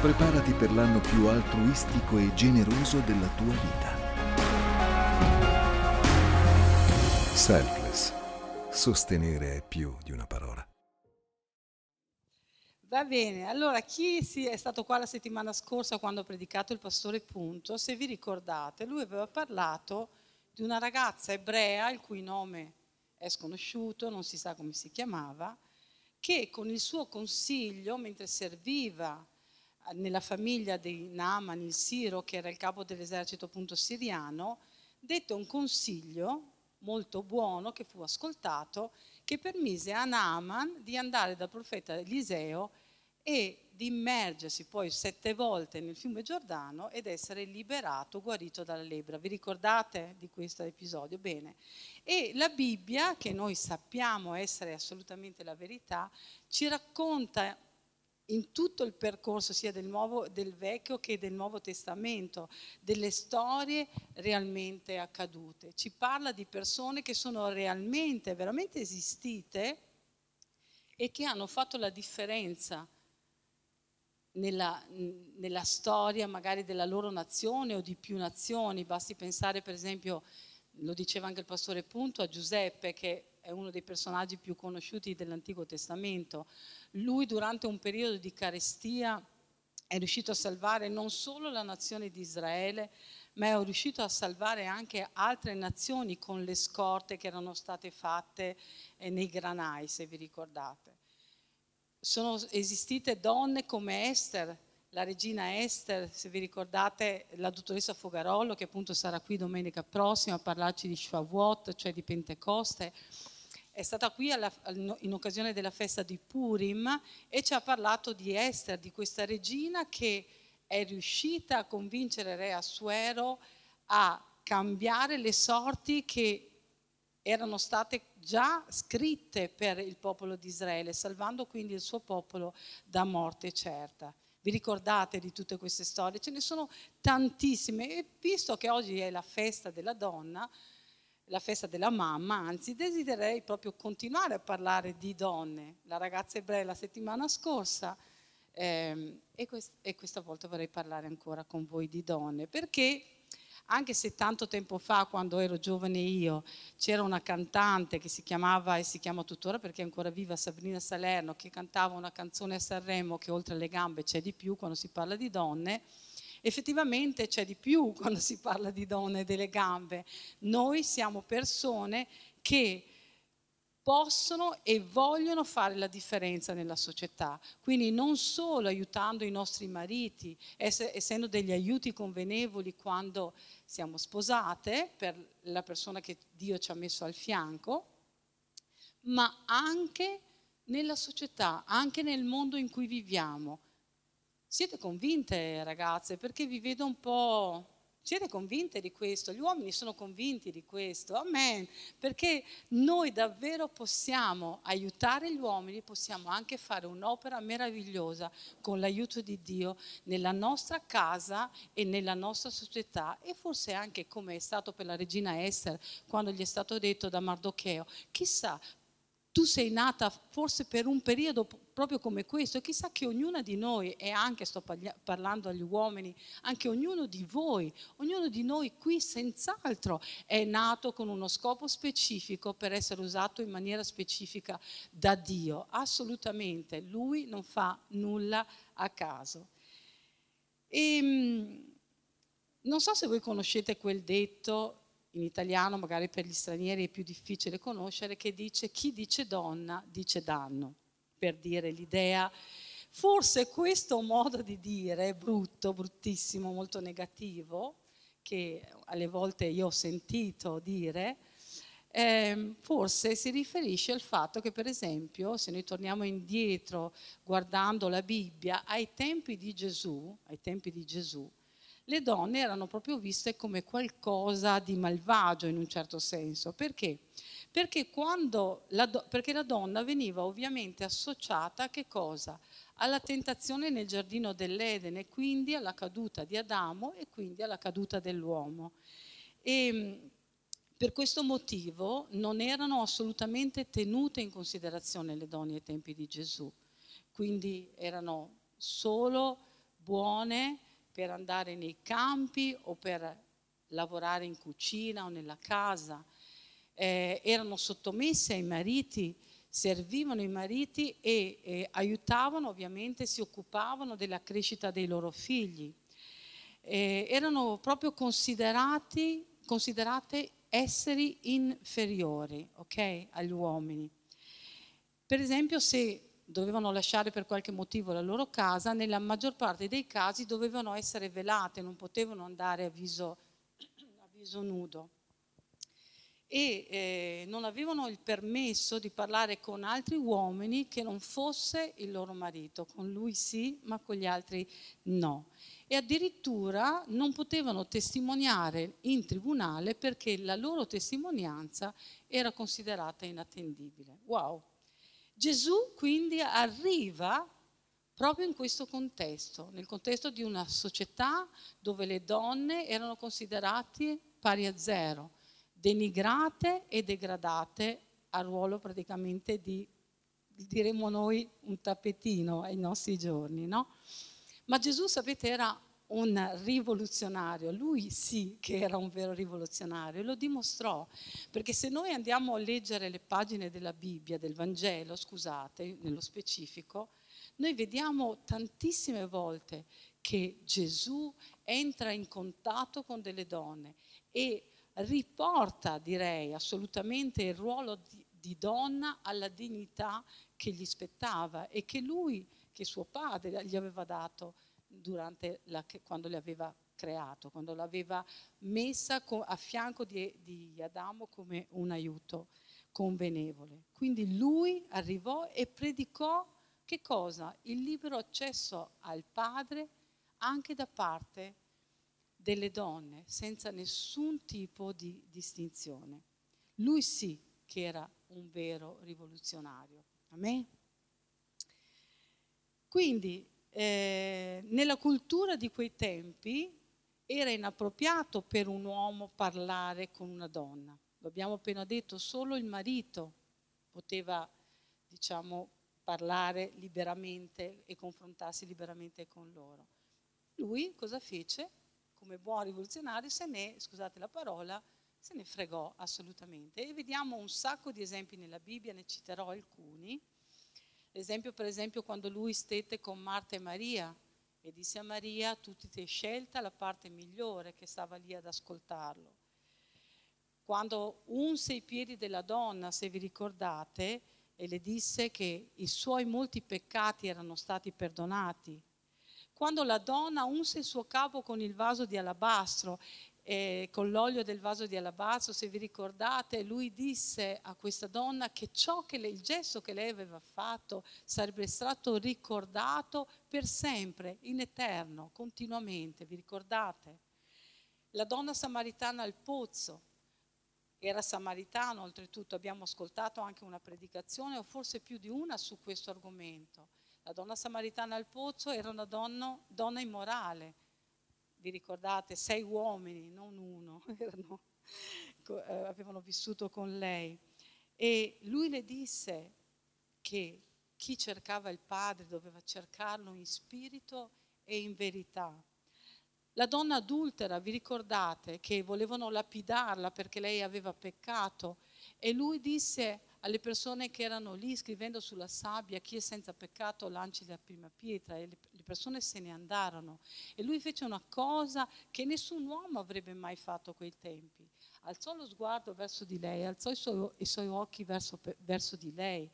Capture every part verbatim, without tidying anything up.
Preparati per l'anno più altruistico e generoso della tua vita. Selfless. Sostenere è più di una parola. Va bene, allora chi si è stato qua la settimana scorsa quando ha predicato il pastore Punto, se vi ricordate, lui aveva parlato di una ragazza ebrea, il cui nome è sconosciuto, non si sa come si chiamava, che con il suo consiglio, mentre serviva nella famiglia di Naaman il Siro, che era il capo dell'esercito appunto siriano, dette un consiglio molto buono che fu ascoltato, che permise a Naaman di andare dal profeta Eliseo e di immergersi poi sette volte nel fiume Giordano ed essere liberato, guarito dalla lebbra. Vi ricordate di questo episodio? Bene. E la Bibbia, che noi sappiamo essere assolutamente la verità, ci racconta in tutto il percorso sia del, nuovo, del Vecchio che del Nuovo Testamento, delle storie realmente accadute. Ci parla di persone che sono realmente, veramente esistite e che hanno fatto la differenza nella, nella storia magari della loro nazione o di più nazioni. Basti pensare per esempio, lo diceva anche il pastore Punto, a Giuseppe, che è uno dei personaggi più conosciuti dell'Antico Testamento. Lui durante un periodo di carestia è riuscito a salvare non solo la nazione di Israele, ma è riuscito a salvare anche altre nazioni con le scorte che erano state fatte nei granai, se vi ricordate. Sono esistite donne come Esther, la regina Esther, se vi ricordate, la dottoressa Fogarollo, che appunto sarà qui domenica prossima a parlarci di Shavuot, cioè di Pentecoste. È stata qui alla, in occasione della festa di Purim e ci ha parlato di Esther, di questa regina che è riuscita a convincere re Assuero a cambiare le sorti che erano state già scritte per il popolo di Israele, salvando quindi il suo popolo da morte certa. Vi ricordate di tutte queste storie? Ce ne sono tantissime e visto che oggi è la festa della donna, la festa della mamma, anzi desidererei proprio continuare a parlare di donne. La ragazza ebrea la settimana scorsa ehm, e, quest- e questa volta vorrei parlare ancora con voi di donne, perché anche se tanto tempo fa, quando ero giovane io, c'era una cantante che si chiamava e si chiama tuttora perché è ancora viva, Sabrina Salerno, che cantava una canzone a Sanremo che oltre alle gambe c'è di più quando si parla di donne. Effettivamente c'è di più quando si parla di donne e delle gambe. Noi siamo persone che possono e vogliono fare la differenza nella società, quindi non solo aiutando i nostri mariti, essendo degli aiuti convenevoli quando siamo sposate per la persona che Dio ci ha messo al fianco, ma anche nella società, anche nel mondo in cui viviamo. Siete convinte, ragazze? Perché vi vedo un po'... Siete convinte di questo? Gli uomini sono convinti di questo? Amen. Perché noi davvero possiamo aiutare gli uomini, possiamo anche fare un'opera meravigliosa con l'aiuto di Dio nella nostra casa e nella nostra società, e forse anche come è stato per la regina Esther quando gli è stato detto da Mardocheo, chissà, tu sei nata forse per un periodo proprio come questo, e chissà che ognuna di noi, e anche sto parlando agli uomini, anche ognuno di voi, ognuno di noi qui senz'altro è nato con uno scopo specifico per essere usato in maniera specifica da Dio. Assolutamente, Lui non fa nulla a caso. E, non so se voi conoscete quel detto, in italiano magari per gli stranieri è più difficile conoscere, che dice: chi dice donna dice danno, per dire l'idea. Forse questo modo di dire è brutto, bruttissimo, molto negativo, che alle volte io ho sentito dire, eh, forse si riferisce al fatto che, per esempio, se noi torniamo indietro guardando la Bibbia, ai tempi di Gesù, ai tempi di Gesù, le donne erano proprio viste come qualcosa di malvagio in un certo senso. Perché? Perché, quando la, do- perché la donna veniva ovviamente associata a che cosa? Alla tentazione nel giardino dell'Edene, quindi alla caduta di Adamo e quindi alla caduta dell'uomo. E per questo motivo non erano assolutamente tenute in considerazione le donne ai tempi di Gesù, quindi erano solo buone per andare nei campi o per lavorare in cucina o nella casa. Eh, erano sottomesse ai mariti, servivano i mariti e eh, aiutavano, ovviamente, si occupavano della crescita dei loro figli. Eh, erano proprio considerati, considerate esseri inferiori, ok, agli uomini. Per esempio, se dovevano lasciare per qualche motivo la loro casa, nella maggior parte dei casi dovevano essere velate, non potevano andare a viso, a viso nudo. E eh, non avevano il permesso di parlare con altri uomini che non fosse il loro marito. Con lui sì, ma con gli altri no. E addirittura non potevano testimoniare in tribunale perché la loro testimonianza era considerata inattendibile. Wow! Gesù quindi arriva proprio in questo contesto, nel contesto di una società dove le donne erano considerate pari a zero, denigrate e degradate al ruolo praticamente di, diremmo noi, un tappetino ai nostri giorni, no? Ma Gesù, sapete, era un rivoluzionario, lui sì che era un vero rivoluzionario, e lo dimostrò, perché se noi andiamo a leggere le pagine della Bibbia, del Vangelo, scusate, nello specifico, noi vediamo tantissime volte che Gesù entra in contatto con delle donne e riporta, direi, assolutamente il ruolo di, di donna alla dignità che gli spettava e che lui, che suo padre gli aveva dato durante la, quando li aveva creato, quando l'aveva messa a fianco di, di Adamo come un aiuto convenevole. Quindi lui arrivò e predicò che cosa? Il libero accesso al Padre anche da parte delle donne, senza nessun tipo di distinzione. Lui sì che era un vero rivoluzionario. Amen? Quindi eh, nella cultura di quei tempi era inappropriato per un uomo parlare con una donna. Lo abbiamo appena detto, solo il marito poteva, diciamo, parlare liberamente e confrontarsi liberamente con loro. Lui cosa fece? Come buon rivoluzionario se ne, scusate la parola, se ne fregò assolutamente. E vediamo un sacco di esempi nella Bibbia, ne citerò alcuni. L'esempio, per esempio, quando lui stette con Marta e Maria e disse a Maria: tu ti sei scelta la parte migliore, che stava lì ad ascoltarlo. Quando unse i piedi della donna, se vi ricordate, e le disse che i suoi molti peccati erano stati perdonati. Quando la donna unse il suo capo con il vaso di alabastro, eh, con l'olio del vaso di alabastro, se vi ricordate, lui disse a questa donna che ciò che lei, il gesto che lei aveva fatto sarebbe stato ricordato per sempre, in eterno, continuamente. Vi ricordate? La donna samaritana al pozzo. Era samaritano, oltretutto abbiamo ascoltato anche una predicazione, o forse più di una, su questo argomento. La donna samaritana al pozzo era una donna, donna immorale. Vi ricordate? Sei uomini, non uno, erano, avevano vissuto con lei. E lui le disse che chi cercava il Padre doveva cercarlo in spirito e in verità. La donna adultera, vi ricordate che volevano lapidarla perché lei aveva peccato, e lui disse alle persone che erano lì, scrivendo sulla sabbia: chi è senza peccato lanci la prima pietra, e le persone se ne andarono. E lui fece una cosa che nessun uomo avrebbe mai fatto a quei tempi: alzò lo sguardo verso di lei, alzò i suoi, i suoi occhi verso, verso di lei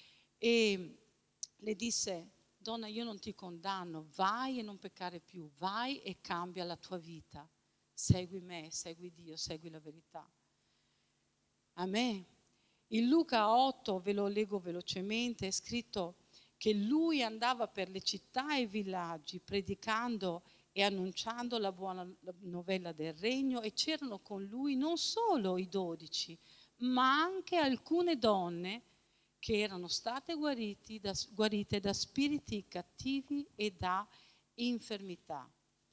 e le disse: donna, io non ti condanno, vai e non peccare più, vai e cambia la tua vita, segui me, segui Dio, segui la verità. Amen. In Luca otto, ve lo leggo velocemente, è scritto che lui andava per le città e i villaggi predicando e annunciando la buona novella del regno, e c'erano con lui non solo i dodici, ma anche alcune donne che erano state guariti da, guarite da spiriti cattivi e da infermità.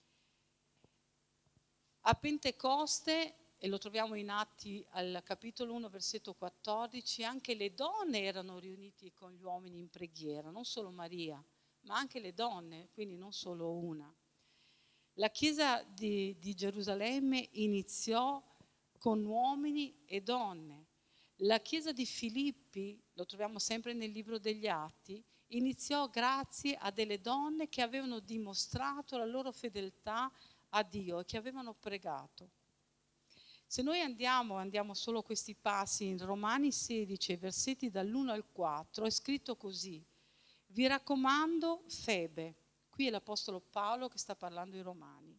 A Pentecoste, e lo troviamo in Atti al capitolo uno, versetto quattordici, anche le donne erano riunite con gli uomini in preghiera, non solo Maria, ma anche le donne, quindi non solo una. La Chiesa di, di Gerusalemme iniziò con uomini e donne. La Chiesa di Filippi, lo troviamo sempre nel libro degli Atti, iniziò grazie a delle donne che avevano dimostrato la loro fedeltà a Dio e che avevano pregato. Se noi andiamo, andiamo solo questi passi in Romani sedici, versetti dall'uno al quattro, è scritto così: vi raccomando Febe, qui è l'Apostolo Paolo che sta parlando ai Romani,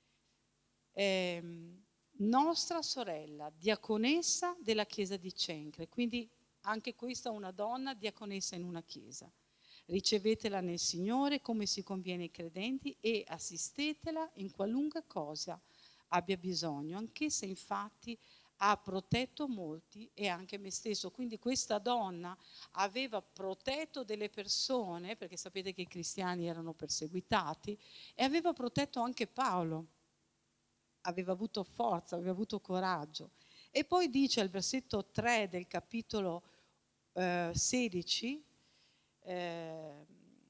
eh, nostra sorella, diaconessa della chiesa di Cencre, quindi anche questa è una donna diaconessa in una chiesa. Ricevetela nel Signore come si conviene ai credenti e assistetela in qualunque cosa abbia bisogno, anche se infatti ha protetto molti e anche me stesso. Quindi questa donna aveva protetto delle persone, perché sapete che i cristiani erano perseguitati, e aveva protetto anche Paolo. Aveva avuto forza, aveva avuto coraggio. E poi dice al versetto tre del capitolo eh, sedici, eh,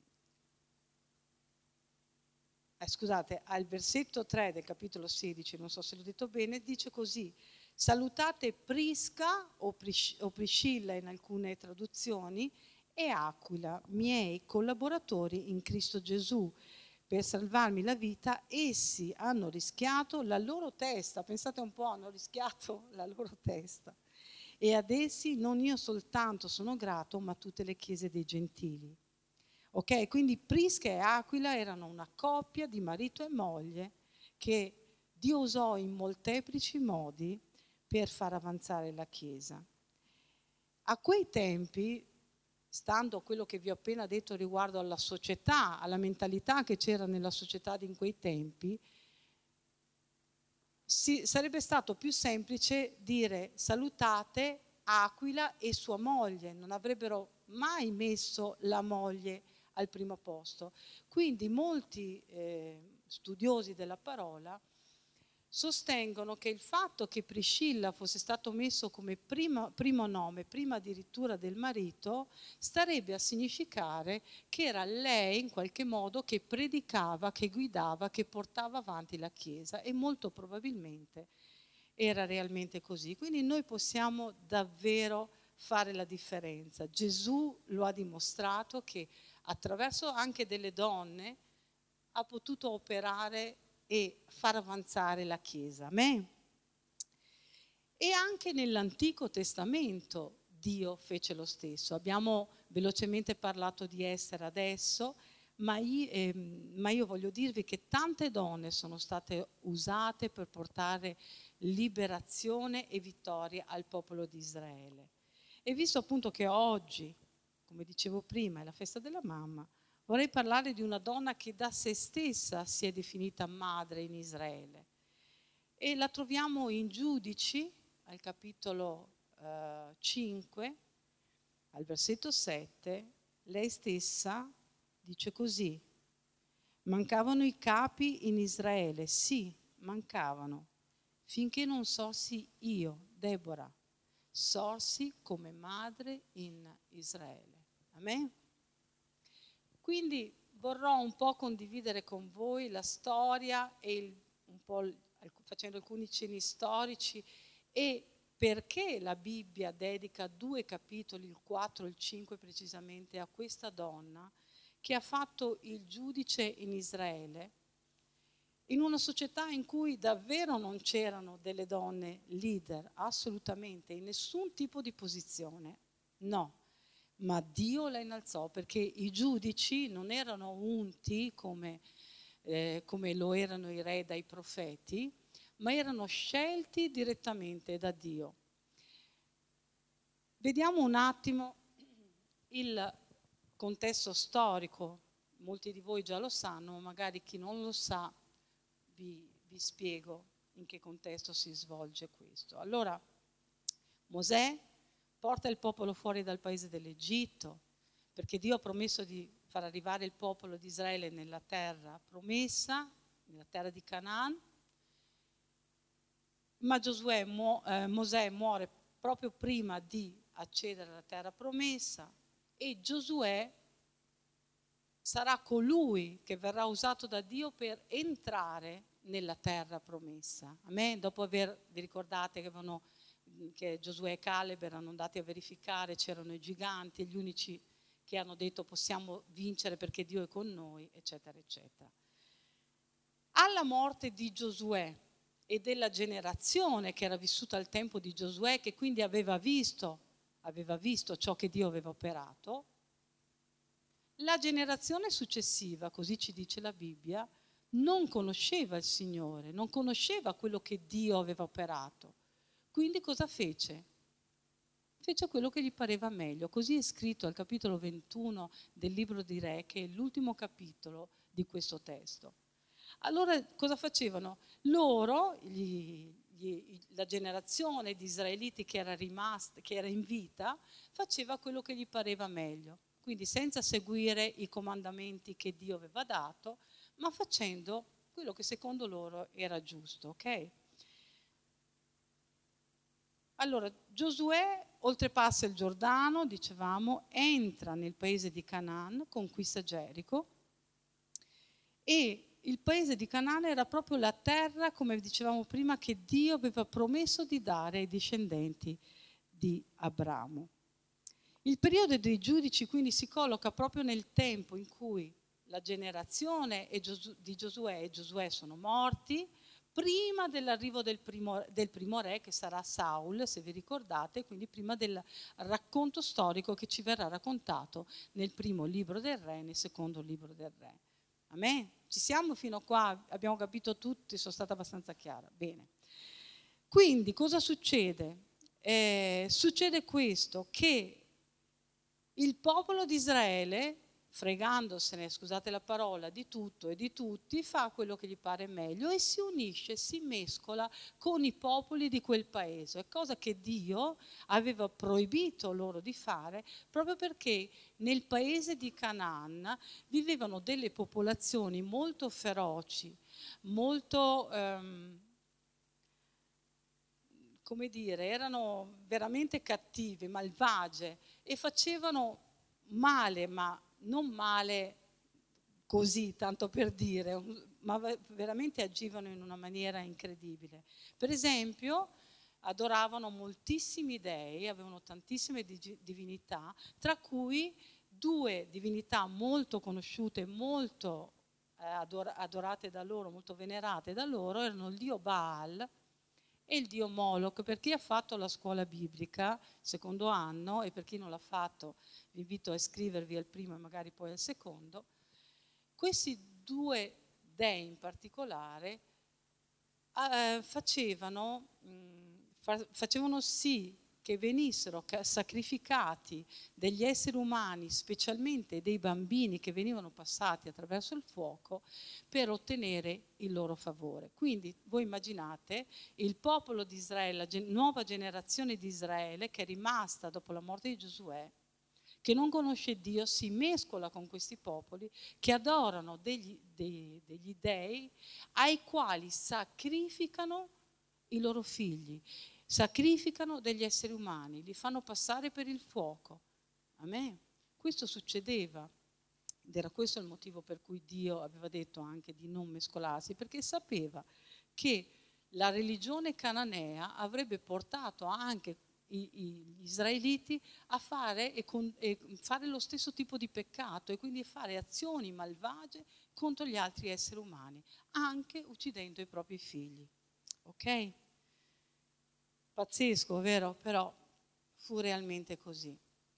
eh, scusate, al versetto tre del capitolo sedici, non so se l'ho detto bene, dice così: salutate Prisca o, Pris- o Priscilla in alcune traduzioni e Aquila, miei collaboratori in Cristo Gesù. Per salvarmi la vita, essi hanno rischiato la loro testa, pensate un po', hanno rischiato la loro testa. E ad essi non io soltanto sono grato, ma tutte le chiese dei gentili. Ok, quindi Prisca e Aquila erano una coppia di marito e moglie che Dio usò in molteplici modi per far avanzare la Chiesa. A quei tempi, stando a quello che vi ho appena detto riguardo alla società, alla mentalità che c'era nella società di in quei tempi, si, sarebbe stato più semplice dire salutate Aquila e sua moglie, non avrebbero mai messo la moglie al primo posto. Quindi molti eh, studiosi della parola sostengono che il fatto che Priscilla fosse stato messo come primo, primo nome, prima addirittura del marito, starebbe a significare che era lei in qualche modo che predicava, che guidava, che portava avanti la Chiesa, e molto probabilmente era realmente così. Quindi noi possiamo davvero fare la differenza. Gesù lo ha dimostrato che attraverso anche delle donne ha potuto operare e far avanzare la Chiesa. Amen. E anche nell'Antico Testamento Dio fece lo stesso. Abbiamo velocemente parlato di Esther adesso, ma io, eh, ma io voglio dirvi che tante donne sono state usate per portare liberazione e vittoria al popolo di Israele. E visto appunto che oggi, come dicevo prima, è la festa della mamma, vorrei parlare di una donna che da se stessa si è definita madre in Israele. E la troviamo in Giudici, al capitolo eh, cinque, al versetto sette, lei stessa dice così: mancavano i capi in Israele, sì, mancavano, finché non sorsi io, Deborah, sorsi come madre in Israele. Amen? Quindi vorrò un po' condividere con voi la storia e il, un po' facendo alcuni cenni storici e perché la Bibbia dedica due capitoli, il quattro e il cinque precisamente, a questa donna che ha fatto il giudice in Israele, in una società in cui davvero non c'erano delle donne leader, assolutamente, in nessun tipo di posizione, no. Ma Dio la innalzò perché i giudici non erano unti come, eh, come lo erano i re dai profeti, ma erano scelti direttamente da Dio. Vediamo un attimo il contesto storico. Molti di voi già lo sanno, ma magari chi non lo sa vi, vi spiego in che contesto si svolge questo. Allora, Mosè porta il popolo fuori dal paese dell'Egitto, perché Dio ha promesso di far arrivare il popolo di Israele nella terra promessa, nella terra di Canaan, ma Giosuè, Mo, eh, Mosè muore proprio prima di accedere alla terra promessa e Giosuè sarà colui che verrà usato da Dio per entrare nella terra promessa. Amen? Dopo aver, vi ricordate che, avevano, che Giosuè e Caleb erano andati a verificare, c'erano i giganti, gli unici che hanno detto possiamo vincere perché Dio è con noi, eccetera, eccetera. Alla morte di Giosuè e della generazione che era vissuta al tempo di Giosuè, che quindi aveva visto, aveva visto ciò che Dio aveva operato, la generazione successiva, così ci dice la Bibbia, non conosceva il Signore, non conosceva quello che Dio aveva operato. Quindi cosa fece? Fece quello che gli pareva meglio. Così è scritto al capitolo ventuno del libro di Re, che è l'ultimo capitolo di questo testo. Allora cosa facevano? Loro, gli, gli, la generazione di israeliti che era rimasta, che era in vita, faceva quello che gli pareva meglio. Quindi senza seguire i comandamenti che Dio aveva dato, ma facendo quello che secondo loro era giusto, ok? Allora, Giosuè oltrepassa il Giordano, dicevamo, entra nel paese di Canaan, conquista Gerico, e il paese di Canaan era proprio la terra, come dicevamo prima, che Dio aveva promesso di dare ai discendenti di Abramo. Il periodo dei giudici quindi si colloca proprio nel tempo in cui la generazione di Giosuè e Giosuè sono morti, prima dell'arrivo del primo, del primo re, che sarà Saul, se vi ricordate, quindi prima del racconto storico che ci verrà raccontato nel primo libro del re e nel secondo libro del re. Amen? Ci siamo fino a qua? Abbiamo capito tutti? Sono stata abbastanza chiara. Bene. Quindi cosa succede? Eh, succede questo, che il popolo di Israele, fregandosene, scusate la parola, di tutto e di tutti, fa quello che gli pare meglio e si unisce, si mescola con i popoli di quel paese, cosa che Dio aveva proibito loro di fare, proprio perché nel paese di Canaan vivevano delle popolazioni molto feroci, molto, ehm, come dire, erano veramente cattive, malvagie e facevano male, ma non male così, tanto per dire, ma veramente agivano in una maniera incredibile. Per esempio, adoravano moltissimi dei, avevano tantissime divinità, tra cui due divinità molto conosciute, molto eh, adorate da loro, molto venerate da loro, erano il dio Baal e il dio Moloch. Per chi ha fatto la scuola biblica, secondo anno, e per chi non l'ha fatto vi invito a iscrivervi al primo e magari poi al secondo, questi due dei in particolare eh, facevano, mh, fa, facevano sì che venissero sacrificati degli esseri umani, specialmente dei bambini che venivano passati attraverso il fuoco, per ottenere il loro favore. Quindi voi immaginate il popolo di Israele, la gen- nuova generazione di Israele che è rimasta dopo la morte di Giosuè, che non conosce Dio, si mescola con questi popoli che adorano degli, dei, degli dei ai quali sacrificano i loro figli, sacrificano degli esseri umani, li fanno passare per il fuoco. Amen. Questo succedeva ed era questo il motivo per cui Dio aveva detto anche di non mescolarsi, perché sapeva che la religione cananea avrebbe portato anche gli israeliti a fare, e con, e fare lo stesso tipo di peccato e quindi fare azioni malvagie contro gli altri esseri umani, anche uccidendo i propri figli. Ok? Pazzesco, vero? Però fu realmente così.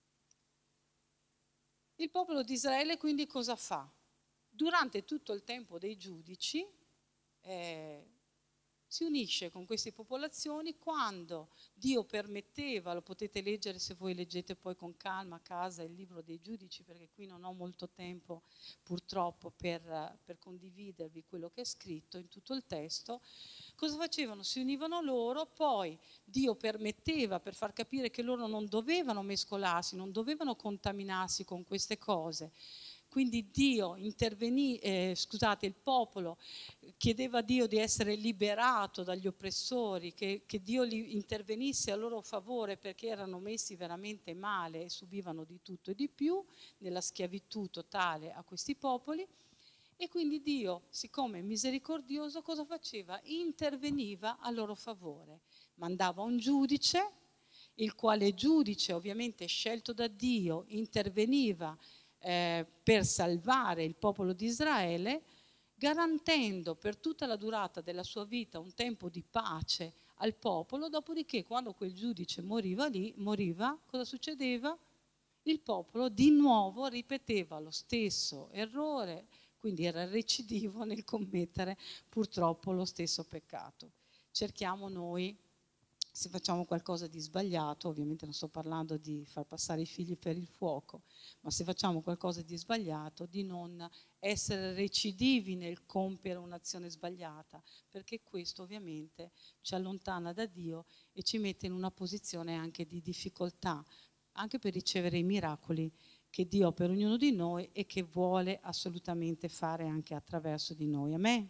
Il popolo di Israele quindi cosa fa? Durante tutto il tempo dei giudici eh, si unisce con queste popolazioni quando Dio permetteva, lo potete leggere se voi leggete poi con calma a casa il libro dei giudici, perché qui non ho molto tempo purtroppo per, per condividervi quello che è scritto in tutto il testo. Cosa facevano? Si univano loro, poi Dio permetteva, per far capire che loro non dovevano mescolarsi, non dovevano contaminarsi con queste cose. quindi Dio intervenì, eh, scusate, il popolo chiedeva a Dio di essere liberato dagli oppressori, che, che Dio li intervenisse a loro favore perché erano messi veramente male e subivano di tutto e di più, nella schiavitù totale a questi popoli. E quindi Dio, siccome è misericordioso, cosa faceva? Interveniva a loro favore, mandava un giudice, il quale giudice, ovviamente scelto da Dio, interveniva eh, per salvare il popolo di Israele, garantendo per tutta la durata della sua vita un tempo di pace al popolo. Dopodiché, quando quel giudice moriva lì, moriva, cosa succedeva? Il popolo di nuovo ripeteva lo stesso errore, quindi era recidivo nel commettere purtroppo lo stesso peccato. Cerchiamo noi, se facciamo qualcosa di sbagliato, ovviamente non sto parlando di far passare i figli per il fuoco, ma se facciamo qualcosa di sbagliato, di non essere recidivi nel compiere un'azione sbagliata, perché questo ovviamente ci allontana da Dio e ci mette in una posizione anche di difficoltà, anche per ricevere i miracoli che Dio ha per ognuno di noi e che vuole assolutamente fare anche attraverso di noi. Amen?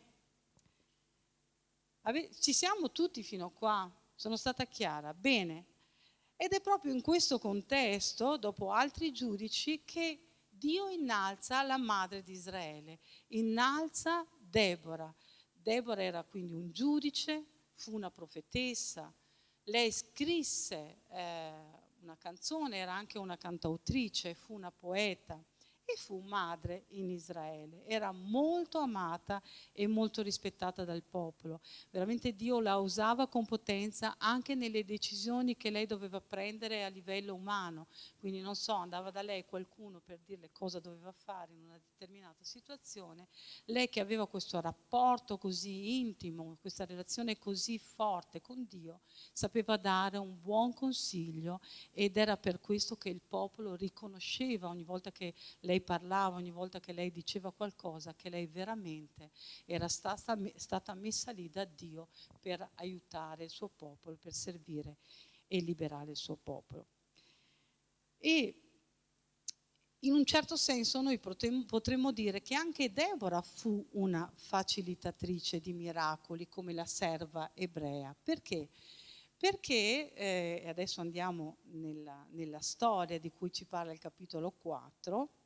Ci siamo tutti fino a qua? Sono stata chiara? Bene. Ed è proprio in questo contesto, dopo altri giudici, che Dio innalza la madre di Israele, innalza Debora. Debora era quindi un giudice, fu una profetessa. Lei scrisse eh, una canzone, era anche una cantautrice, fu una poeta e fu madre in Israele. Era molto amata e molto rispettata dal popolo. Veramente Dio la usava con potenza anche nelle decisioni che lei doveva prendere a livello umano. Quindi non so, andava da lei qualcuno per dirle cosa doveva fare in una determinata situazione. Lei che aveva questo rapporto così intimo, questa relazione così forte con Dio, sapeva dare un buon consiglio ed era per questo che il popolo riconosceva ogni volta che lei parlava, ogni volta che lei diceva qualcosa, che lei veramente era stata, stata messa lì da Dio per aiutare il suo popolo, per servire e liberare il suo popolo. E in un certo senso noi potremmo dire che anche Debora fu una facilitatrice di miracoli come la serva ebrea. Perché? Perché, eh, adesso andiamo nella, nella storia di cui ci parla il capitolo quattro,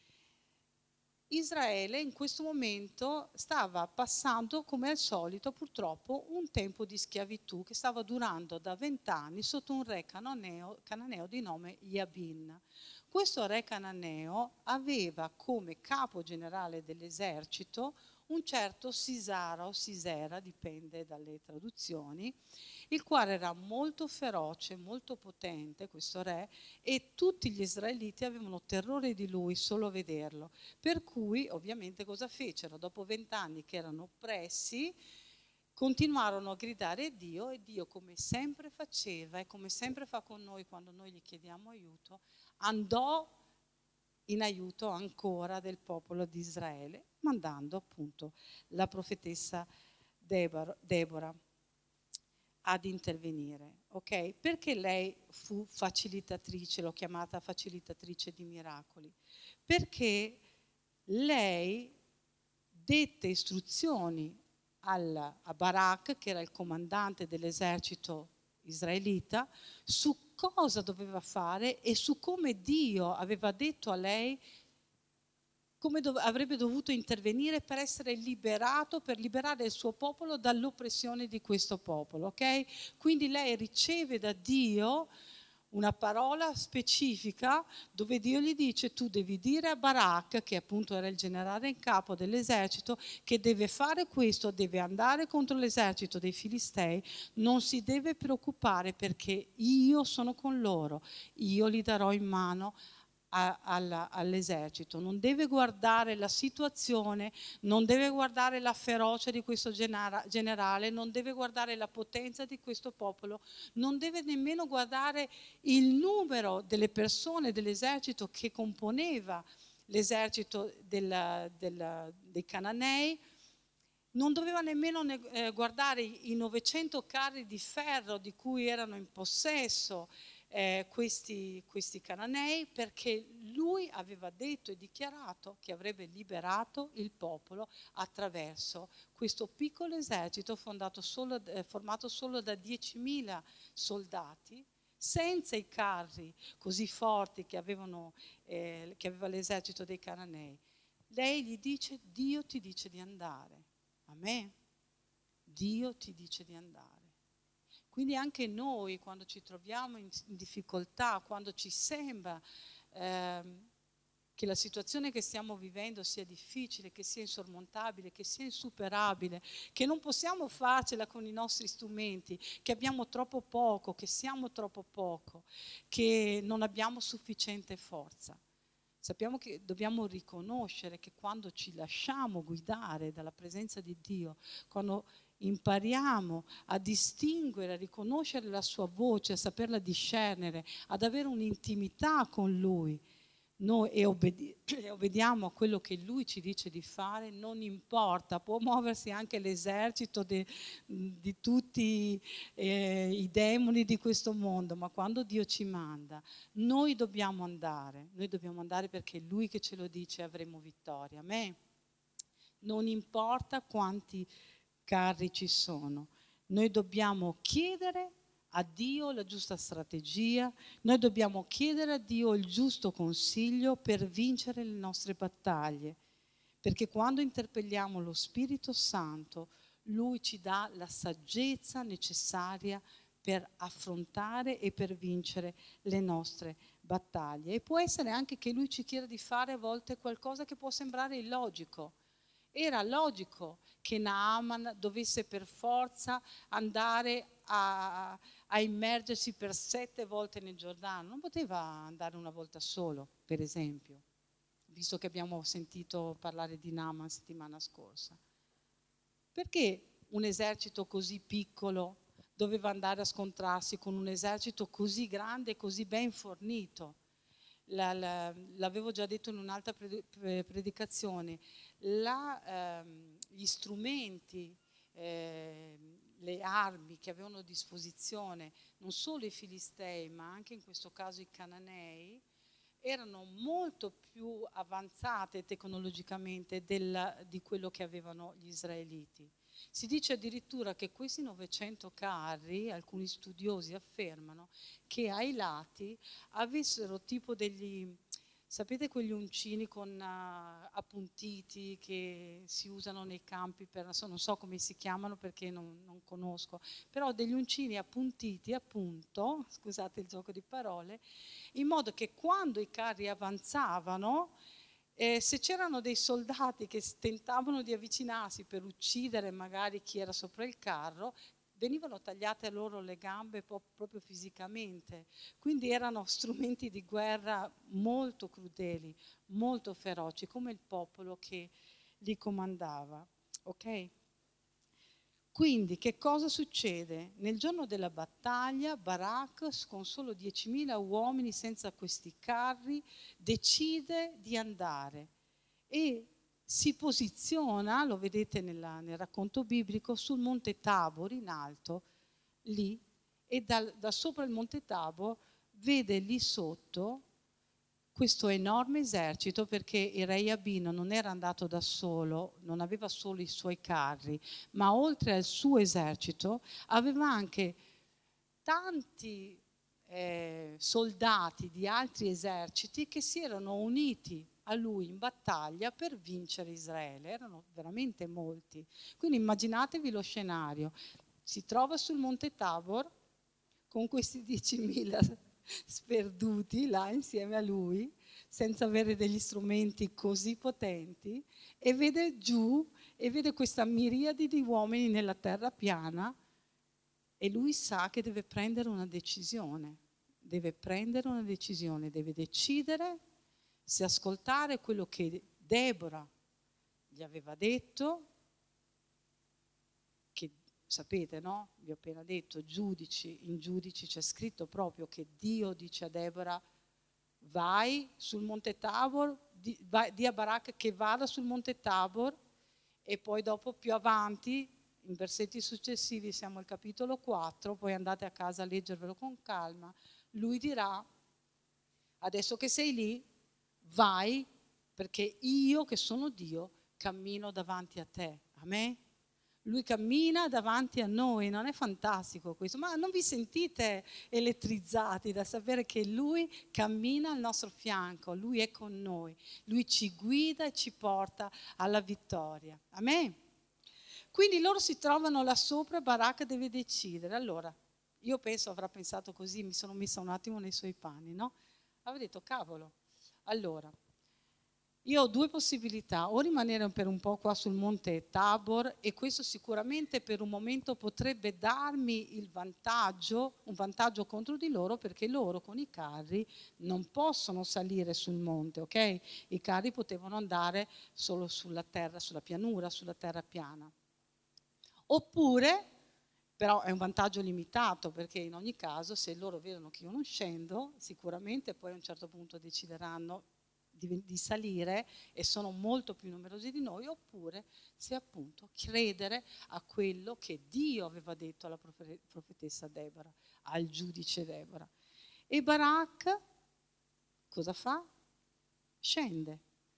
Israele in questo momento stava passando, come al solito, purtroppo, un tempo di schiavitù che stava durando da vent'anni sotto un re cananeo, cananeo di nome Jabin. Questo re cananeo aveva come capo generale dell'esercito un certo Sisara o Sisera, dipende dalle traduzioni, il quale era molto feroce, molto potente, questo re, e tutti gli israeliti avevano terrore di lui solo a vederlo. Per cui, ovviamente, cosa fecero? Dopo vent'anni che erano oppressi, continuarono a gridare a Dio e Dio, come sempre faceva e come sempre fa con noi quando noi gli chiediamo aiuto, andò in aiuto ancora del popolo di Israele, mandando appunto la profetessa Debora ad intervenire, ok? Perché lei fu facilitatrice, l'ho chiamata facilitatrice di miracoli? Perché lei dette istruzioni al, a Barak, che era il comandante dell'esercito israelita, su cosa doveva fare e su come Dio aveva detto a lei come dov- avrebbe dovuto intervenire per essere liberato, per liberare il suo popolo dall'oppressione di questo popolo, ok? Quindi lei riceve da Dio una parola specifica dove Dio gli dice: tu devi dire a Barak, che appunto era il generale in capo dell'esercito, che deve fare questo, deve andare contro l'esercito dei Filistei, non si deve preoccupare perché io sono con loro, io li darò in mano all'esercito. Non deve guardare la situazione, non deve guardare la ferocia di questo generale, non deve guardare la potenza di questo popolo, non deve nemmeno guardare il numero delle persone dell'esercito che componeva l'esercito del, del, dei Cananei. Non doveva nemmeno guardare i novecento carri di ferro di cui erano in possesso, eh, questi, questi cananei, perché lui aveva detto e dichiarato che avrebbe liberato il popolo attraverso questo piccolo esercito solo, eh, formato solo da diecimila soldati, senza i carri così forti che, avevano, eh, che aveva l'esercito dei cananei. Lei gli dice: Dio ti dice di andare. Amen. Dio ti dice di andare. Quindi anche noi, quando ci troviamo in, in difficoltà, quando ci sembra ehm, che la situazione che stiamo vivendo sia difficile, che sia insormontabile, che sia insuperabile, che non possiamo farcela con i nostri strumenti, che abbiamo troppo poco, che siamo troppo poco, che non abbiamo sufficiente forza. Sappiamo che dobbiamo riconoscere che quando ci lasciamo guidare dalla presenza di Dio, quando impariamo a distinguere, a riconoscere la sua voce, a saperla discernere, ad avere un'intimità con Lui, noi e, obbedi- e obbediamo a quello che Lui ci dice di fare, non importa, può muoversi anche l'esercito de, di tutti eh, i demoni di questo mondo, ma quando Dio ci manda, noi dobbiamo andare, noi dobbiamo andare perché è Lui che ce lo dice, avremo vittoria. Amen. Non importa quanti carri ci sono, noi dobbiamo chiedere a Dio la giusta strategia, noi dobbiamo chiedere a Dio il giusto consiglio per vincere le nostre battaglie, perché quando interpelliamo lo Spirito Santo, Lui ci dà la saggezza necessaria per affrontare e per vincere le nostre battaglie. E può essere anche che Lui ci chieda di fare a volte qualcosa che può sembrare illogico. Era logico che Naaman dovesse per forza andare a, a immergersi per sette volte nel Giordano, non poteva andare una volta solo, per esempio, visto che abbiamo sentito parlare di Naaman settimana scorsa. Perché un esercito così piccolo doveva andare a scontrarsi con un esercito così grande e così ben fornito? La, la, l'avevo già detto in un'altra predicazione, la, ehm, gli strumenti, eh, le armi che avevano a disposizione non solo i Filistei ma anche in questo caso i Cananei erano molto più avanzate tecnologicamente della, di quello che avevano gli israeliti. Si dice addirittura che questi novecento carri, alcuni studiosi affermano, che ai lati avessero tipo degli, sapete quegli uncini con uh, appuntiti che si usano nei campi, per, non so come si chiamano perché non, non conosco, però degli uncini appuntiti appunto, scusate il gioco di parole, in modo che quando i carri avanzavano, eh, se c'erano dei soldati che tentavano di avvicinarsi per uccidere magari chi era sopra il carro, venivano tagliate a loro le gambe proprio fisicamente. Quindi erano strumenti di guerra molto crudeli, molto feroci, come il popolo che li comandava. Ok? Quindi che cosa succede? Nel giorno della battaglia Barak, con solo diecimila uomini senza questi carri, decide di andare e si posiziona, lo vedete nella, nel racconto biblico, sul monte Tabor in alto, lì, e dal, da sopra il monte Tabor vede lì sotto questo enorme esercito, perché il re Iabino non era andato da solo, non aveva solo i suoi carri, ma oltre al suo esercito aveva anche tanti eh, soldati di altri eserciti che si erano uniti a lui in battaglia per vincere Israele. Erano veramente molti. Quindi immaginatevi lo scenario. Si trova sul monte Tabor con questi diecimila sperduti là insieme a lui, senza avere degli strumenti così potenti, e vede giù e vede questa miriade di uomini nella terra piana e lui sa che deve prendere una decisione, deve prendere una decisione, deve decidere se ascoltare quello che Deborah gli aveva detto, che sapete, no? Vi ho appena detto, giudici, in giudici c'è scritto proprio che Dio dice a Deborah: vai sul monte Tabor, di, vai, di a Barak che vada sul monte Tabor, e poi dopo più avanti, in versetti successivi, siamo al capitolo quattro, poi andate a casa a leggervelo con calma, lui dirà: adesso che sei lì, vai, perché io che sono Dio cammino davanti a te. Amen? Lui cammina davanti a noi, non è fantastico questo? Ma non vi sentite elettrizzati da sapere che Lui cammina al nostro fianco, Lui è con noi, Lui ci guida e ci porta alla vittoria. Amen? Quindi loro si trovano là sopra, Barak deve decidere. Allora, io penso avrà pensato così, mi sono messa un attimo nei suoi panni, no? Avevo detto, cavolo, allora, io ho due possibilità, o rimanere per un po' qua sul monte Tabor, e questo sicuramente per un momento potrebbe darmi il vantaggio, un vantaggio contro di loro, perché loro con i carri non possono salire sul monte, ok? I carri potevano andare solo sulla terra, sulla pianura, sulla terra piana. Oppure, però è un vantaggio limitato, perché in ogni caso se loro vedono che io non scendo, sicuramente poi a un certo punto decideranno di, di salire e sono molto più numerosi di noi, oppure se appunto credere a quello che Dio aveva detto alla profetessa Debora, al giudice Debora. E Barak cosa fa? Scende.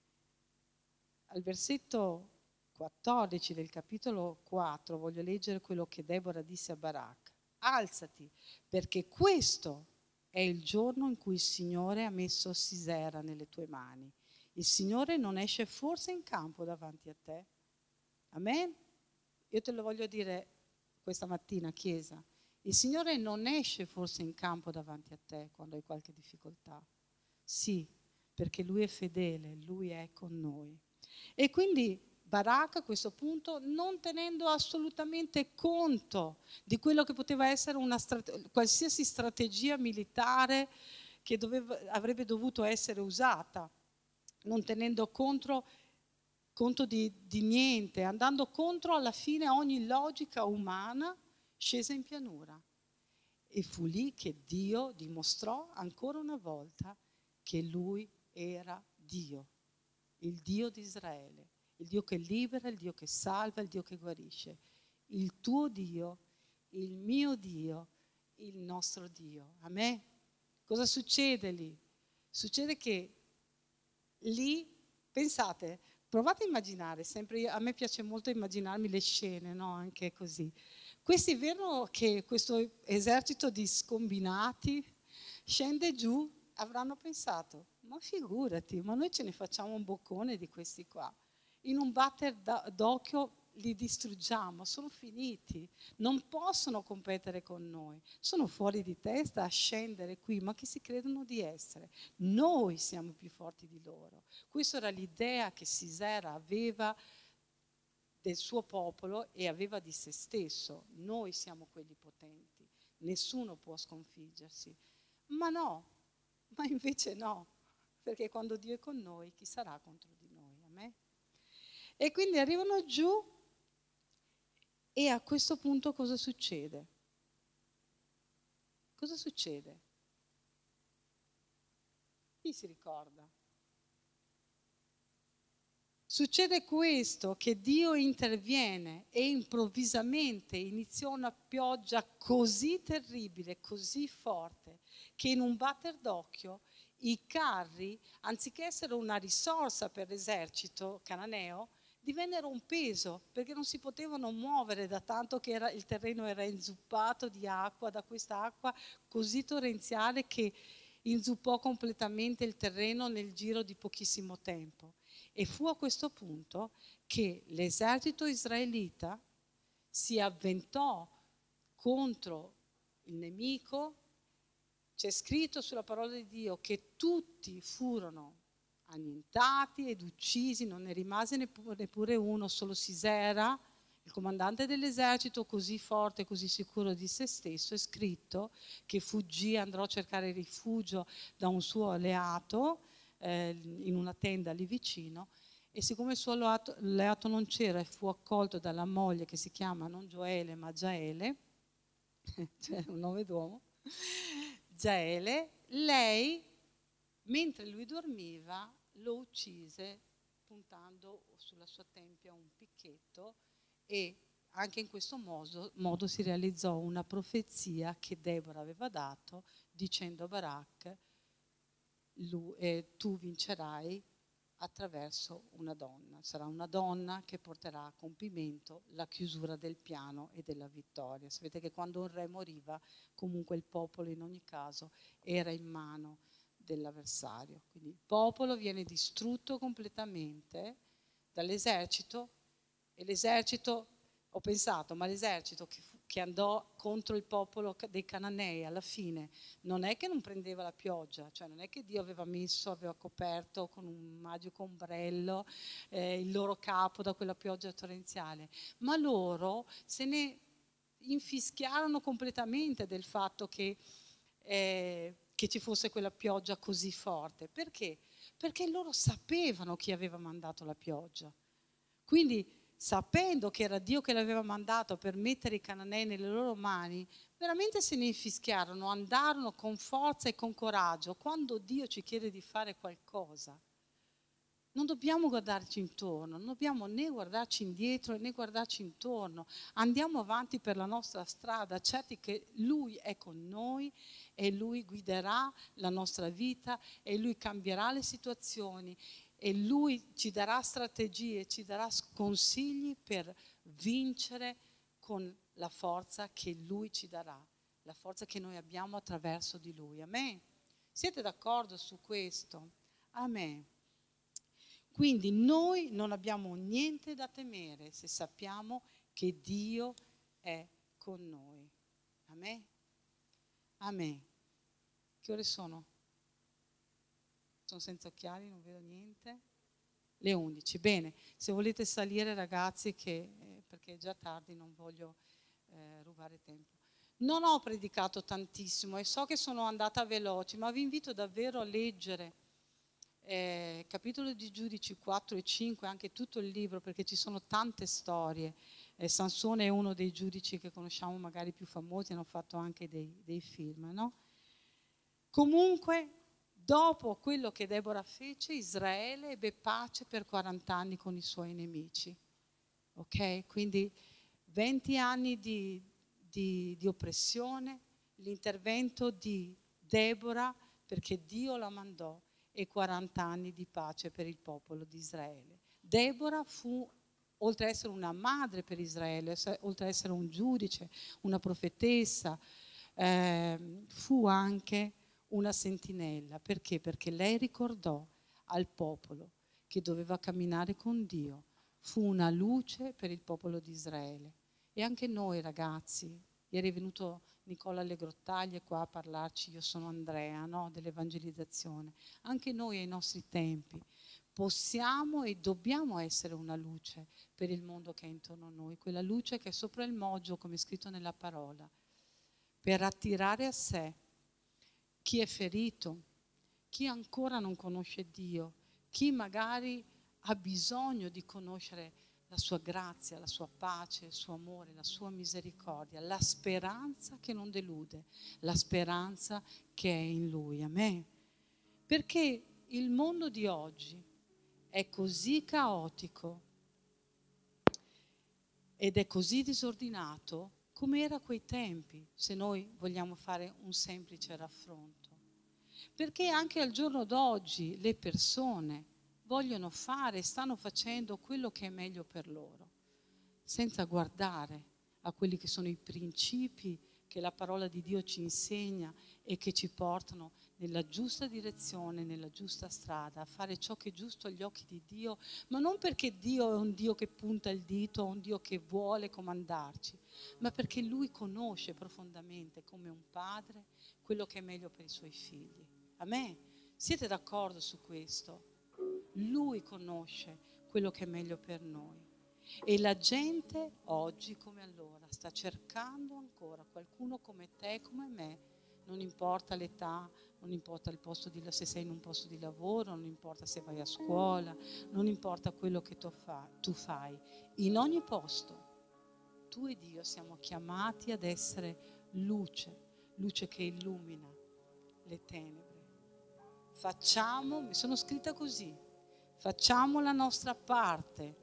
Al versetto quattordici del capitolo quattro voglio leggere quello che Debora disse a Barak: alzati, perché questo è il giorno in cui il Signore ha messo Sisera nelle tue mani. Il Signore non esce forse in campo davanti a te? Amen? Io te lo voglio dire questa mattina, Chiesa. Il Signore non esce forse in campo davanti a te quando hai qualche difficoltà? Sì, perché Lui è fedele, Lui è con noi. E quindi Barak a questo punto, non tenendo assolutamente conto di quello che poteva essere una strate- qualsiasi strategia militare che doveva, avrebbe dovuto essere usata, non tenendo conto, conto di, di niente, andando contro alla fine ogni logica umana, scese in pianura. E fu lì che Dio dimostrò ancora una volta che Lui era Dio, il Dio di Israele, il Dio che libera, il Dio che salva, il Dio che guarisce. Il tuo Dio, il mio Dio, il nostro Dio. A me cosa succede lì? Succede che lì, pensate, provate a immaginare, sempre a me piace molto immaginarmi le scene, no? Anche così. Questi vedono che questo esercito di scombinati scende giù, avranno pensato, ma figurati, ma noi ce ne facciamo un boccone di questi qua. In un batter d'occhio li distruggiamo, sono finiti, non possono competere con noi, sono fuori di testa a scendere qui, ma chi si credono di essere? Noi siamo più forti di loro. Questa era l'idea che Sisera aveva del suo popolo e aveva di se stesso. Noi siamo quelli potenti, nessuno può sconfiggersi. Ma no, ma invece no, perché quando Dio è con noi, chi sarà contro di noi? A me? E quindi arrivano giù e a questo punto cosa succede? Cosa succede? Chi si ricorda? Succede questo, che Dio interviene e improvvisamente iniziò una pioggia così terribile, così forte, che in un batter d'occhio i carri, anziché essere una risorsa per l'esercito cananeo, divennero un peso, perché non si potevano muovere da tanto che era, il terreno era inzuppato di acqua, da questa acqua così torrenziale che inzuppò completamente il terreno nel giro di pochissimo tempo. E fu a questo punto che l'esercito israelita si avventò contro il nemico. C'è scritto sulla parola di Dio che tutti furono annientati ed uccisi, non ne rimase neppure uno, solo Sisera, il comandante dell'esercito, così forte, così sicuro di se stesso. È scritto che fuggì, andò a cercare rifugio da un suo alleato eh, in una tenda lì vicino, e siccome il suo alleato, alleato non c'era e fu accolto dalla moglie che si chiama non Gioele ma Giaele, cioè un nome d'uomo, Giaele, lei mentre lui dormiva lo uccise puntando sulla sua tempia un picchetto, e anche in questo modo, modo si realizzò una profezia che Debora aveva dato dicendo a Barak, lui, eh, tu vincerai attraverso una donna. Sarà una donna che porterà a compimento la chiusura del piano e della vittoria. Sapete che quando un re moriva, comunque il popolo in ogni caso era in mano dell'avversario. Quindi il popolo viene distrutto completamente dall'esercito, e l'esercito, ho pensato, ma l'esercito che, fu, che andò contro il popolo dei Cananei alla fine non è che non prendeva la pioggia, cioè non è che Dio aveva messo, aveva coperto con un magico ombrello eh, il loro capo da quella pioggia torrenziale, ma loro se ne infischiarono completamente del fatto che, eh, che ci fosse quella pioggia così forte. Perché? Perché loro sapevano chi aveva mandato la pioggia. Quindi, sapendo che era Dio che l'aveva mandato per mettere i Cananei nelle loro mani, veramente se ne infischiarono, andarono con forza e con coraggio. Quando Dio ci chiede di fare qualcosa, non dobbiamo guardarci intorno, non dobbiamo né guardarci indietro né guardarci intorno. Andiamo avanti per la nostra strada, certi che Lui è con noi e Lui guiderà la nostra vita e Lui cambierà le situazioni e Lui ci darà strategie, ci darà consigli per vincere con la forza che Lui ci darà, la forza che noi abbiamo attraverso di Lui. Amen? Siete d'accordo su questo? Amen. Quindi noi non abbiamo niente da temere se sappiamo che Dio è con noi. Amen? Amen. Che ore sono? Sono senza occhiali, non vedo niente. Le undici. Bene, se volete salire ragazzi, che, eh, perché è già tardi, non voglio eh, rubare tempo. Non ho predicato tantissimo e so che sono andata veloce, ma vi invito davvero a leggere Eh, capitolo di Giudici quattro e cinque, anche tutto il libro, perché ci sono tante storie. Eh, Sansone è uno dei giudici che conosciamo magari più famosi, hanno fatto anche dei, dei film, no? Comunque, dopo quello che Deborah fece, Israele ebbe pace per quaranta anni con i suoi nemici. Ok? Quindi venti anni di, di, di oppressione, l'intervento di Deborah, perché Dio la mandò, e quaranta anni di pace per il popolo di Israele. Deborah fu, oltre ad essere una madre per Israele, oltre ad essere un giudice, una profetessa, eh, fu anche una sentinella. Perché? Perché lei ricordò al popolo che doveva camminare con Dio. Fu una luce per il popolo di Israele. E anche noi ragazzi, ieri è venuto Nicola Legrottaglie qua a parlarci, io sono Andrea, no? Dell'evangelizzazione. Anche noi ai nostri tempi possiamo e dobbiamo essere una luce per il mondo che è intorno a noi, quella luce che è sopra il moggio, come è scritto nella parola, per attirare a sé chi è ferito, chi ancora non conosce Dio, chi magari ha bisogno di conoscere la sua grazia, la sua pace, il suo amore, la sua misericordia, la speranza che non delude, la speranza che è in Lui. Amen. Perché il mondo di oggi è così caotico ed è così disordinato come era a quei tempi, se noi vogliamo fare un semplice raffronto. Perché anche al giorno d'oggi le persone vogliono fare, stanno facendo quello che è meglio per loro, senza guardare a quelli che sono i principi che la parola di Dio ci insegna e che ci portano nella giusta direzione, nella giusta strada, a fare ciò che è giusto agli occhi di Dio, ma non perché Dio è un Dio che punta il dito, un Dio che vuole comandarci, ma perché Lui conosce profondamente come un padre quello che è meglio per i suoi figli. Amen? Siete d'accordo su questo? Lui conosce quello che è meglio per noi. E la gente oggi come allora sta cercando ancora qualcuno come te e come me, non importa l'età, non importa il posto di, se sei in un posto di lavoro, non importa se vai a scuola, non importa quello che tu, fa, tu fai. In ogni posto tu ed io siamo chiamati ad essere luce, luce che illumina le tenebre. Facciamo, mi sono scritta così, facciamo la nostra parte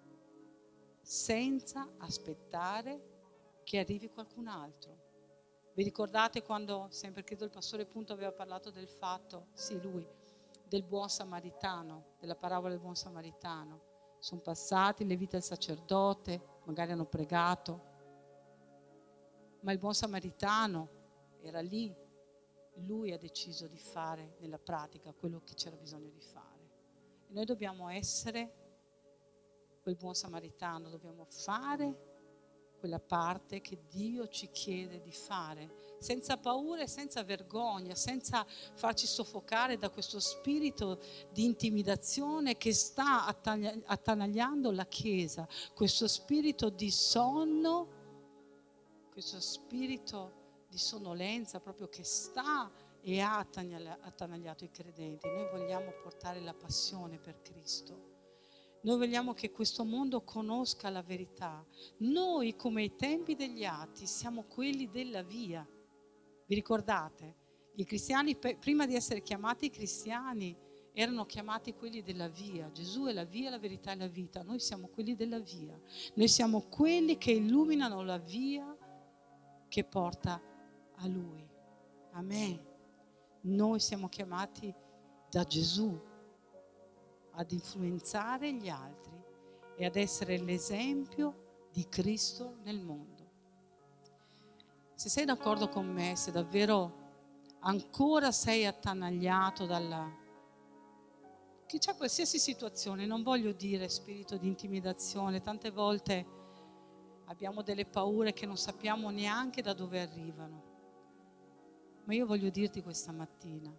senza aspettare che arrivi qualcun altro. Vi ricordate quando, sempre credo il pastore Punto aveva parlato del fatto, sì lui, del buon samaritano, della parabola del buon samaritano. Sono passati, le vite del sacerdote, magari hanno pregato, ma il buon samaritano era lì, lui ha deciso di fare nella pratica quello che c'era bisogno di fare. E noi dobbiamo essere quel buon samaritano, dobbiamo fare quella parte che Dio ci chiede di fare, senza paura e senza vergogna, senza farci soffocare da questo spirito di intimidazione che sta attanagliando la Chiesa, questo spirito di sonno, questo spirito di sonnolenza proprio che sta e ha attanagliato i credenti. Noi vogliamo portare la passione per Cristo. Noi vogliamo che questo mondo conosca la verità. Noi, come ai tempi degli Atti, siamo quelli della via. Vi ricordate? I cristiani, prima di essere chiamati cristiani, erano chiamati quelli della via. Gesù è la via, la verità e la vita. Noi siamo quelli della via. Noi siamo quelli che illuminano la via che porta a Lui. Amen. Noi siamo chiamati da Gesù ad influenzare gli altri e ad essere l'esempio di Cristo nel mondo. Se sei d'accordo con me, se davvero ancora sei attanagliato dalla... che c'è qualsiasi situazione, non voglio dire spirito di intimidazione, tante volte abbiamo delle paure che non sappiamo neanche da dove arrivano, ma io voglio dirti questa mattina,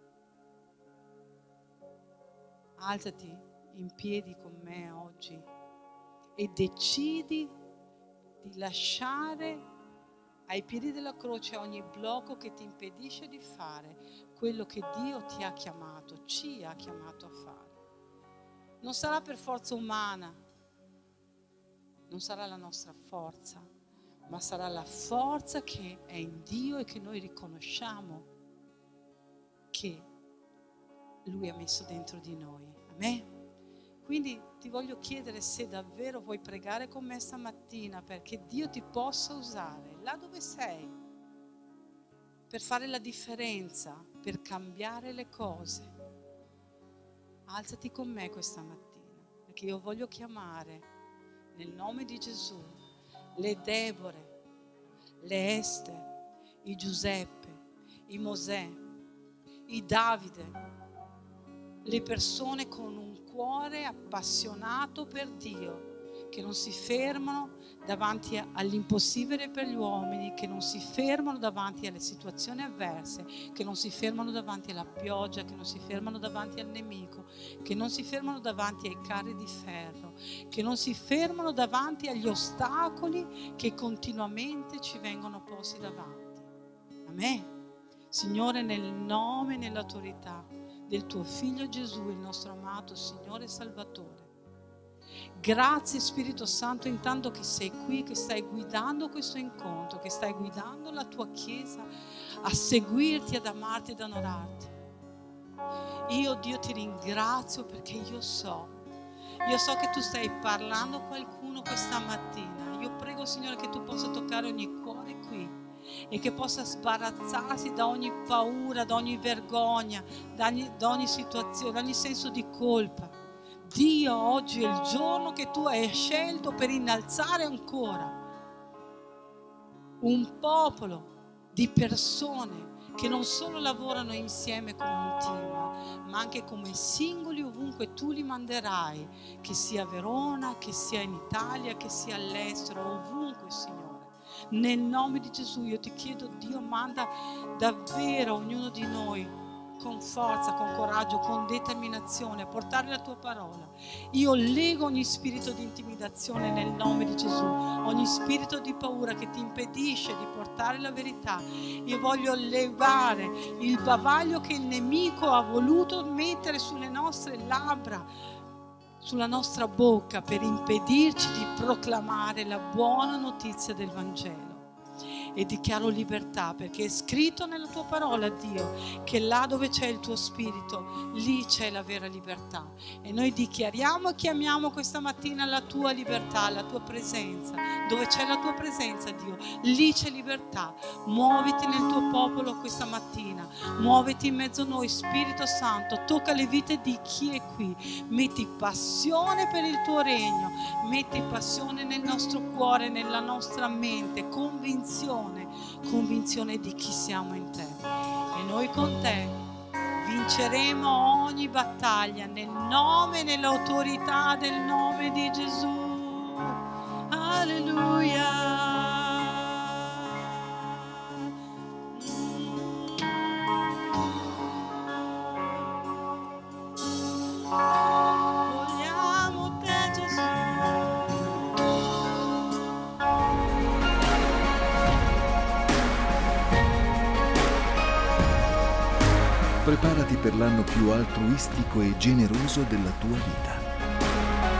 alzati in piedi con me oggi e decidi di lasciare ai piedi della croce ogni blocco che ti impedisce di fare quello che Dio ti ha chiamato, ci ha chiamato a fare. Non sarà per forza umana, non sarà la nostra forza, ma sarà la forza che è in Dio e che noi riconosciamo che Lui ha messo dentro di noi. Amen. Quindi ti voglio chiedere se davvero vuoi pregare con me stamattina perché Dio ti possa usare là dove sei per fare la differenza, per cambiare le cose. Alzati con me questa mattina perché io voglio chiamare nel nome di Gesù le Deborah, le Ester, i Giuseppe, i Mosè, i Davide, le persone con un cuore appassionato per Dio, che non si fermano davanti all'impossibile per gli uomini, che non si fermano davanti alle situazioni avverse, che non si fermano davanti alla pioggia, che non si fermano davanti al nemico, che non si fermano davanti ai carri di ferro, che non si fermano davanti agli ostacoli che continuamente ci vengono posti davanti. Amen. Signore, nel nome e nell'autorità del tuo Figlio Gesù, il nostro amato Signore e Salvatore. Grazie Spirito Santo, intanto che sei qui, che stai guidando questo incontro, che stai guidando la tua Chiesa a seguirti, ad amarti, ad onorarti. Io Dio ti ringrazio perché io so, io so che tu stai parlando a qualcuno questa mattina. Io prego Signore che tu possa toccare ogni cuore qui e che possa sbarazzarsi da ogni paura, da ogni vergogna, da ogni, da ogni situazione, da ogni senso di colpa. Dio, oggi è il giorno che tu hai scelto per innalzare ancora un popolo di persone che non solo lavorano insieme come un team, ma anche come singoli ovunque tu li manderai, che sia a Verona, che sia in Italia, che sia all'estero, ovunque, Signore. Nel nome di Gesù io ti chiedo, Dio, manda davvero ognuno di noi con forza, con coraggio, con determinazione a portare la tua parola. Io lego ogni spirito di intimidazione nel nome di Gesù, ogni spirito di paura che ti impedisce di portare la verità. Io voglio levare il bavaglio che il nemico ha voluto mettere sulle nostre labbra, sulla nostra bocca, per impedirci di proclamare la buona notizia del Vangelo. e dichiaro libertà, perché è scritto nella tua parola, Dio, che là dove c'è il tuo spirito, lì c'è la vera libertà. E noi dichiariamo e chiamiamo questa mattina la tua libertà, la tua presenza. Dove c'è la tua presenza, Dio, lì c'è libertà. Muoviti nel tuo popolo questa mattina, muoviti in mezzo a noi, Spirito Santo, tocca le vite di chi è qui, metti passione per il tuo regno, metti passione nel nostro cuore, nella nostra mente, convinzione, convinzione di chi siamo in te. E noi con te vinceremo ogni battaglia nel nome e nell'autorità del nome di Gesù. Alleluia. Vogliamo te, Gesù. Preparati per l'anno più altruistico e generoso della tua vita.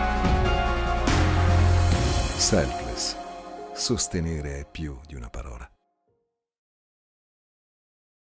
Selfless. Sostenere è più di una parola.